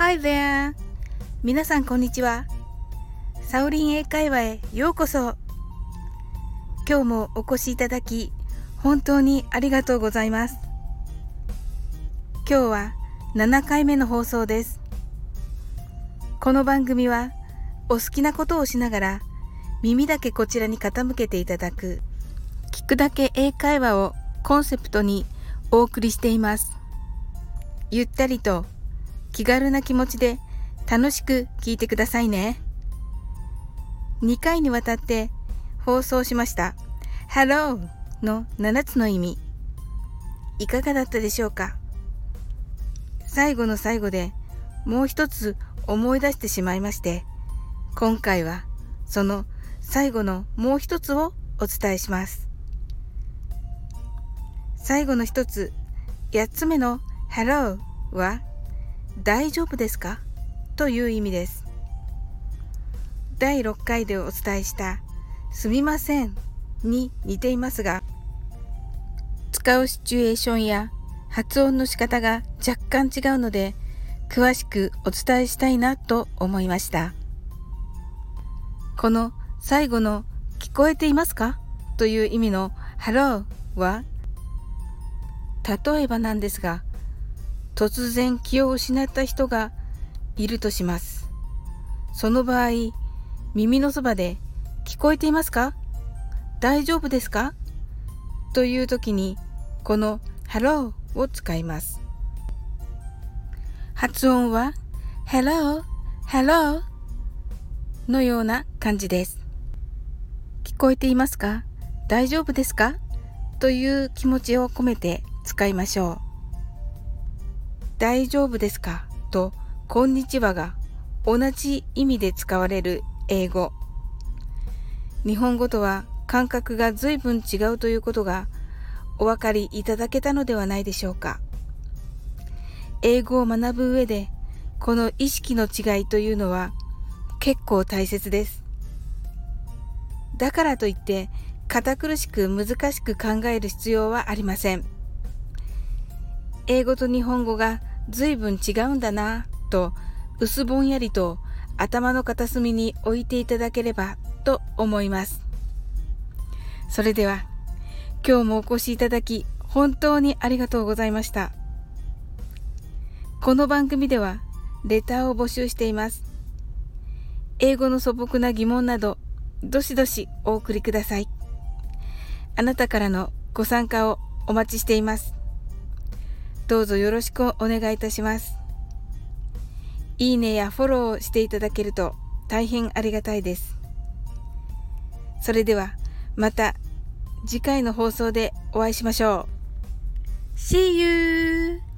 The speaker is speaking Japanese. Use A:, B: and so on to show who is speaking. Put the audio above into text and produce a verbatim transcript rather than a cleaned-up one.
A: Hi there! 皆さんこんにちは。サオリン英会話へようこそ。今日もお越しいただき本当にありがとうございます。今日はななかいめの放送です。この番組はお好きなことをしながら耳だけこちらに傾けていただく聞くだけ英会話をコンセプトにお送りしています。ゆったりと気軽な気持ちで楽しく聞いてくださいね。にかいにわたって放送しましたHello のななつの意味、いかがだったでしょうか。最後の最後でもう一つ思い出してしまいまして、今回はその最後のもう一つをお伝えします。最後の一つ、やっつめの Hello は大丈夫ですかという意味です。だいろっかいでお伝えしたすみませんに似ていますが、使うシチュエーションや発音の仕方が若干違うので、詳しくお伝えしたいなと思いました。この最後の聞こえていますかという意味の Hello は、例えばなんですが、突然気を失った人がいるとします。その場合、耳のそばで聞こえていますか？大丈夫ですか？という時にこの Hello を使います。発音は Hello, Hello のような感じです。聞こえていますか？大丈夫ですか？という気持ちを込めて使いましょう。大丈夫ですかとこんにちはが同じ意味で使われる英語。日本語とは感覚が随分違うということがお分かりいただけたのではないでしょうか。英語を学ぶ上でこの意識の違いというのは結構大切です。だからといって堅苦しく難しく考える必要はありません。英語と日本語が随分違うんだなと薄ぼんやりと頭の片隅に置いていただければと思います。それでは今日もお越しいただき本当にありがとうございました。この番組ではレターを募集しています。英語の素朴な疑問などどしどしお送りください。あなたからのご参加をお待ちしています。どうぞよろしくお願いいたします。いいねやフォローをしていただけると大変ありがたいです。それではまた次回の放送でお会いしましょう。See you!